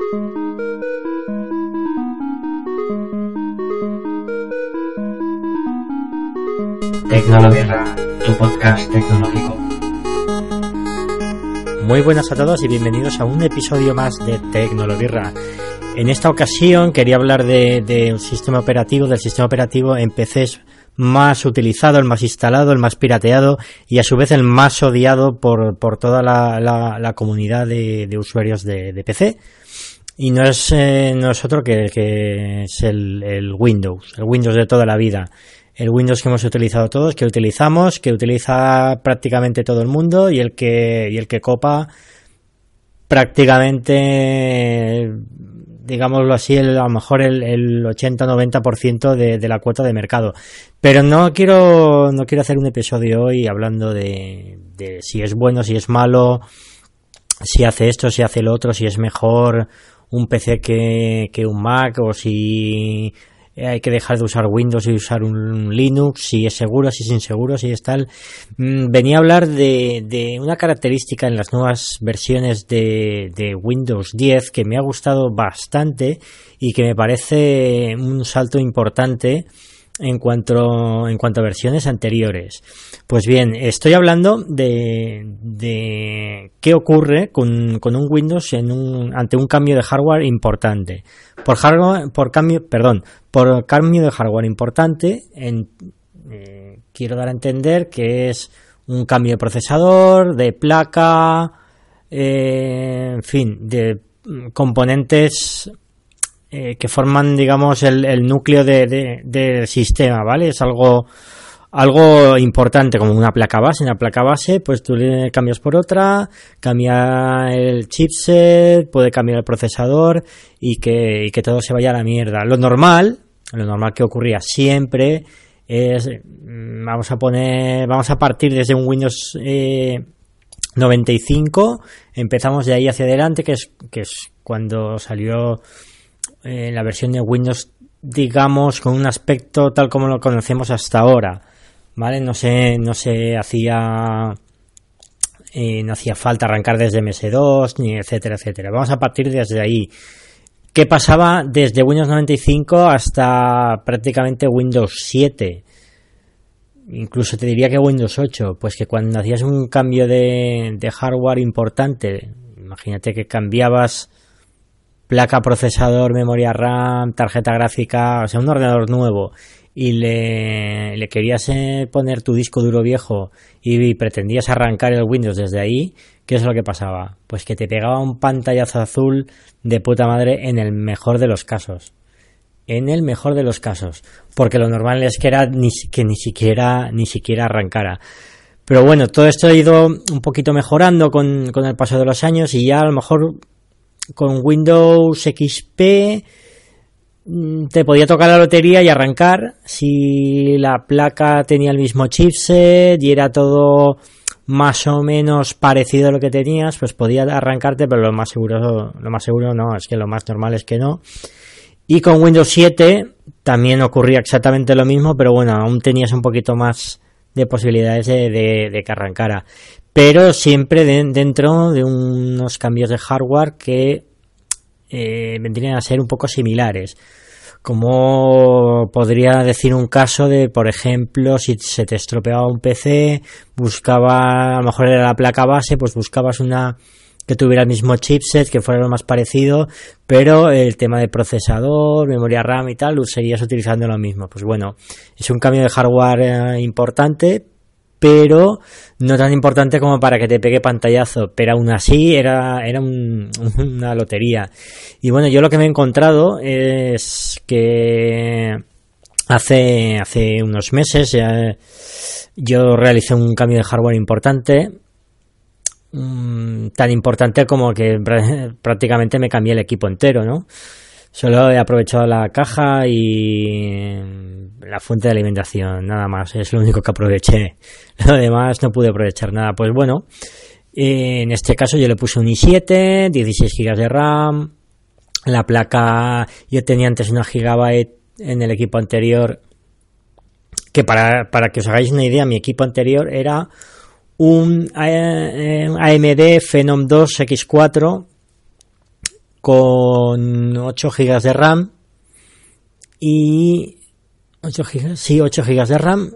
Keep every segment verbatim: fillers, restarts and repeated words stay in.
Tecnolobirra, tu podcast tecnológico. Muy buenas a todos y bienvenidos a un episodio más de Tecnolobirra. En esta ocasión quería hablar de, de un sistema operativo, del sistema operativo en P Cs más utilizado, el más instalado, el más pirateado y a su vez el más odiado por, por toda la, la, la comunidad de, de usuarios de, de P C. Y no es, eh, no es otro que, que es el, el Windows, el Windows de toda la vida. El Windows que hemos utilizado todos, que utilizamos, que utiliza prácticamente todo el mundo y el que, y el que copa prácticamente, digámoslo así, el, a lo mejor el, el ochenta a noventa por ciento de, de la cuota de mercado. Pero no quiero, no quiero hacer un episodio hoy hablando de, de si es bueno, si es malo, si hace esto, si hace lo otro, si es mejor un P C que, que un Mac, o si hay que dejar de usar Windows y usar un Linux, si es seguro, si es inseguro, si es tal. Venía a hablar de, de una característica en las nuevas versiones de, de Windows diez que me ha gustado bastante y que me parece un salto importante en cuanto en cuanto a versiones anteriores. Pues bien, estoy hablando de, de qué ocurre con, con un Windows en un, ante un cambio de hardware importante. Por hardware, por cambio, perdón, por cambio de hardware importante, en, eh, quiero dar a entender que es un cambio de procesador, de placa, eh, en fin, de componentes Eh, que forman, digamos, el, el núcleo de, de, del sistema, ¿vale? Es algo algo importante, como una placa base. Una placa base, pues tú le cambias por otra, cambia el chipset, puede cambiar el procesador y que, y que todo se vaya a la mierda. Lo normal, lo normal que ocurría siempre es, vamos a poner, vamos a partir desde un Windows eh, noventa y cinco, empezamos de ahí hacia adelante, que es, que es cuando salió en la versión de Windows, digamos, con un aspecto tal como lo conocemos hasta ahora, ¿vale? No se, no se hacía eh, no hacía falta arrancar desde M S dos, ni etcétera, etcétera. Vamos a partir desde ahí. ¿Qué pasaba desde Windows noventa y cinco hasta prácticamente Windows siete? Incluso te diría que Windows ocho, pues que cuando hacías un cambio de, de hardware importante, imagínate que cambiabas placa, procesador, memoria RAM, tarjeta gráfica, o sea, un ordenador nuevo, y le, le querías eh, poner tu disco duro viejo y pretendías arrancar el Windows desde ahí, ¿qué es lo que pasaba? Pues que te pegaba un pantallazo azul de puta madre en el mejor de los casos. En el mejor de los casos. Porque lo normal es que era ni, que ni siquiera, ni siquiera arrancara. Pero bueno, todo esto ha ido un poquito mejorando con, con el paso de los años y ya a lo mejor con Windows X P te podía tocar la lotería y arrancar si la placa tenía el mismo chipset y era todo más o menos parecido a lo que tenías, pues podía arrancarte, pero lo más seguro, lo más seguro no, es que lo más normal es que no. Y con Windows siete también ocurría exactamente lo mismo, pero bueno, aún tenías un poquito más de posibilidades de, de, de que arrancara, pero siempre de, dentro de unos cambios de hardware que eh, vendrían a ser un poco similares, como podría decir un caso de, por ejemplo, si se te estropeaba un P C, buscaba, a lo mejor era la placa base, pues buscabas una que tuviera el mismo chipset, que fuera lo más parecido, pero el tema de procesador, memoria RAM y tal, seguirías utilizando lo mismo. Pues bueno, es un cambio de hardware eh, importante, pero no tan importante como para que te pegue pantallazo, pero aún así era, era un, una lotería. Y bueno, yo lo que me he encontrado es que hace, hace unos meses ya, yo realicé un cambio de hardware importante, tan importante como que prácticamente me cambié el equipo entero, ¿no? Solo he aprovechado la caja y la fuente de alimentación, nada más, es lo único que aproveché. Lo demás no pude aprovechar nada. Pues bueno, en este caso yo le puse un i siete, dieciséis gigas de RAM, la placa, yo tenía antes una gigabyte en el equipo anterior, que para, para que os hagáis una idea, mi equipo anterior era un A M D Phenom dos equis cuatro con ocho gigas de RAM y ocho gigas, sí, ocho gigas de RAM,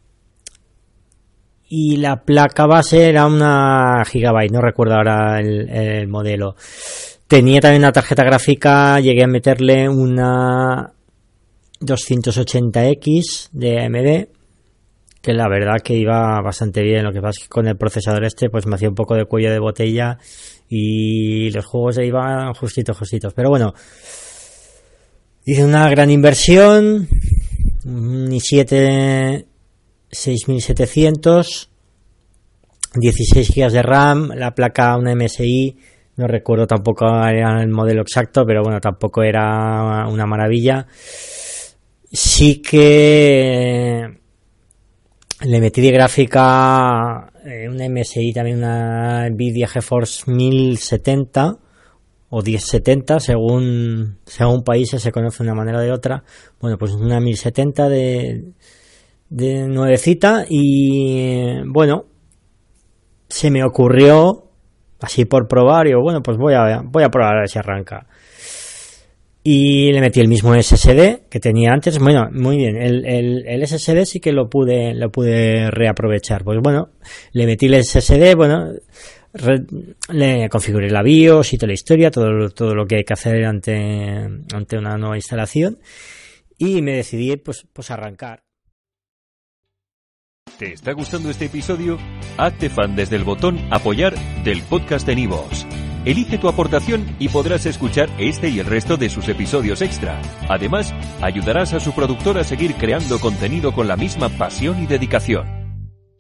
y la placa base era una Gigabyte, no recuerdo ahora el, el modelo. Tenía también una tarjeta gráfica, llegué a meterle una doscientos ochenta equis de A M D, que la verdad que iba bastante bien. Lo que pasa es que con el procesador este pues me hacía un poco de cuello de botella y los juegos se iban justitos, justitos. Pero bueno, hice una gran inversión, un i siete seis mil setecientos, dieciséis gigas de RAM, la placa una M S I, no recuerdo tampoco el modelo exacto, pero bueno, tampoco era una maravilla. Sí que le metí de gráfica eh, una M S I, también una Nvidia GeForce mil setenta o diez setenta, según según países se conoce de una manera o de otra. Bueno, pues una mil setenta de de nuevecita, y bueno, se me ocurrió así por probar, y bueno, pues voy a voy a probar a ver si arranca. Y le metí el mismo S S D que tenía antes. Bueno, muy bien, el, el, el S S D sí que lo pude lo pude reaprovechar. Pues bueno, le metí el S S D, bueno, re, le configuré la BIOS y toda la historia, todo, todo lo que hay que hacer ante, ante una nueva instalación, y me decidí pues, pues arrancar. ¿Te está gustando este episodio? Hazte fan desde el botón Apoyar del podcast de Nivos. Elige tu aportación y podrás escuchar este y el resto de sus episodios extra. Además, ayudarás a su productor a seguir creando contenido con la misma pasión y dedicación.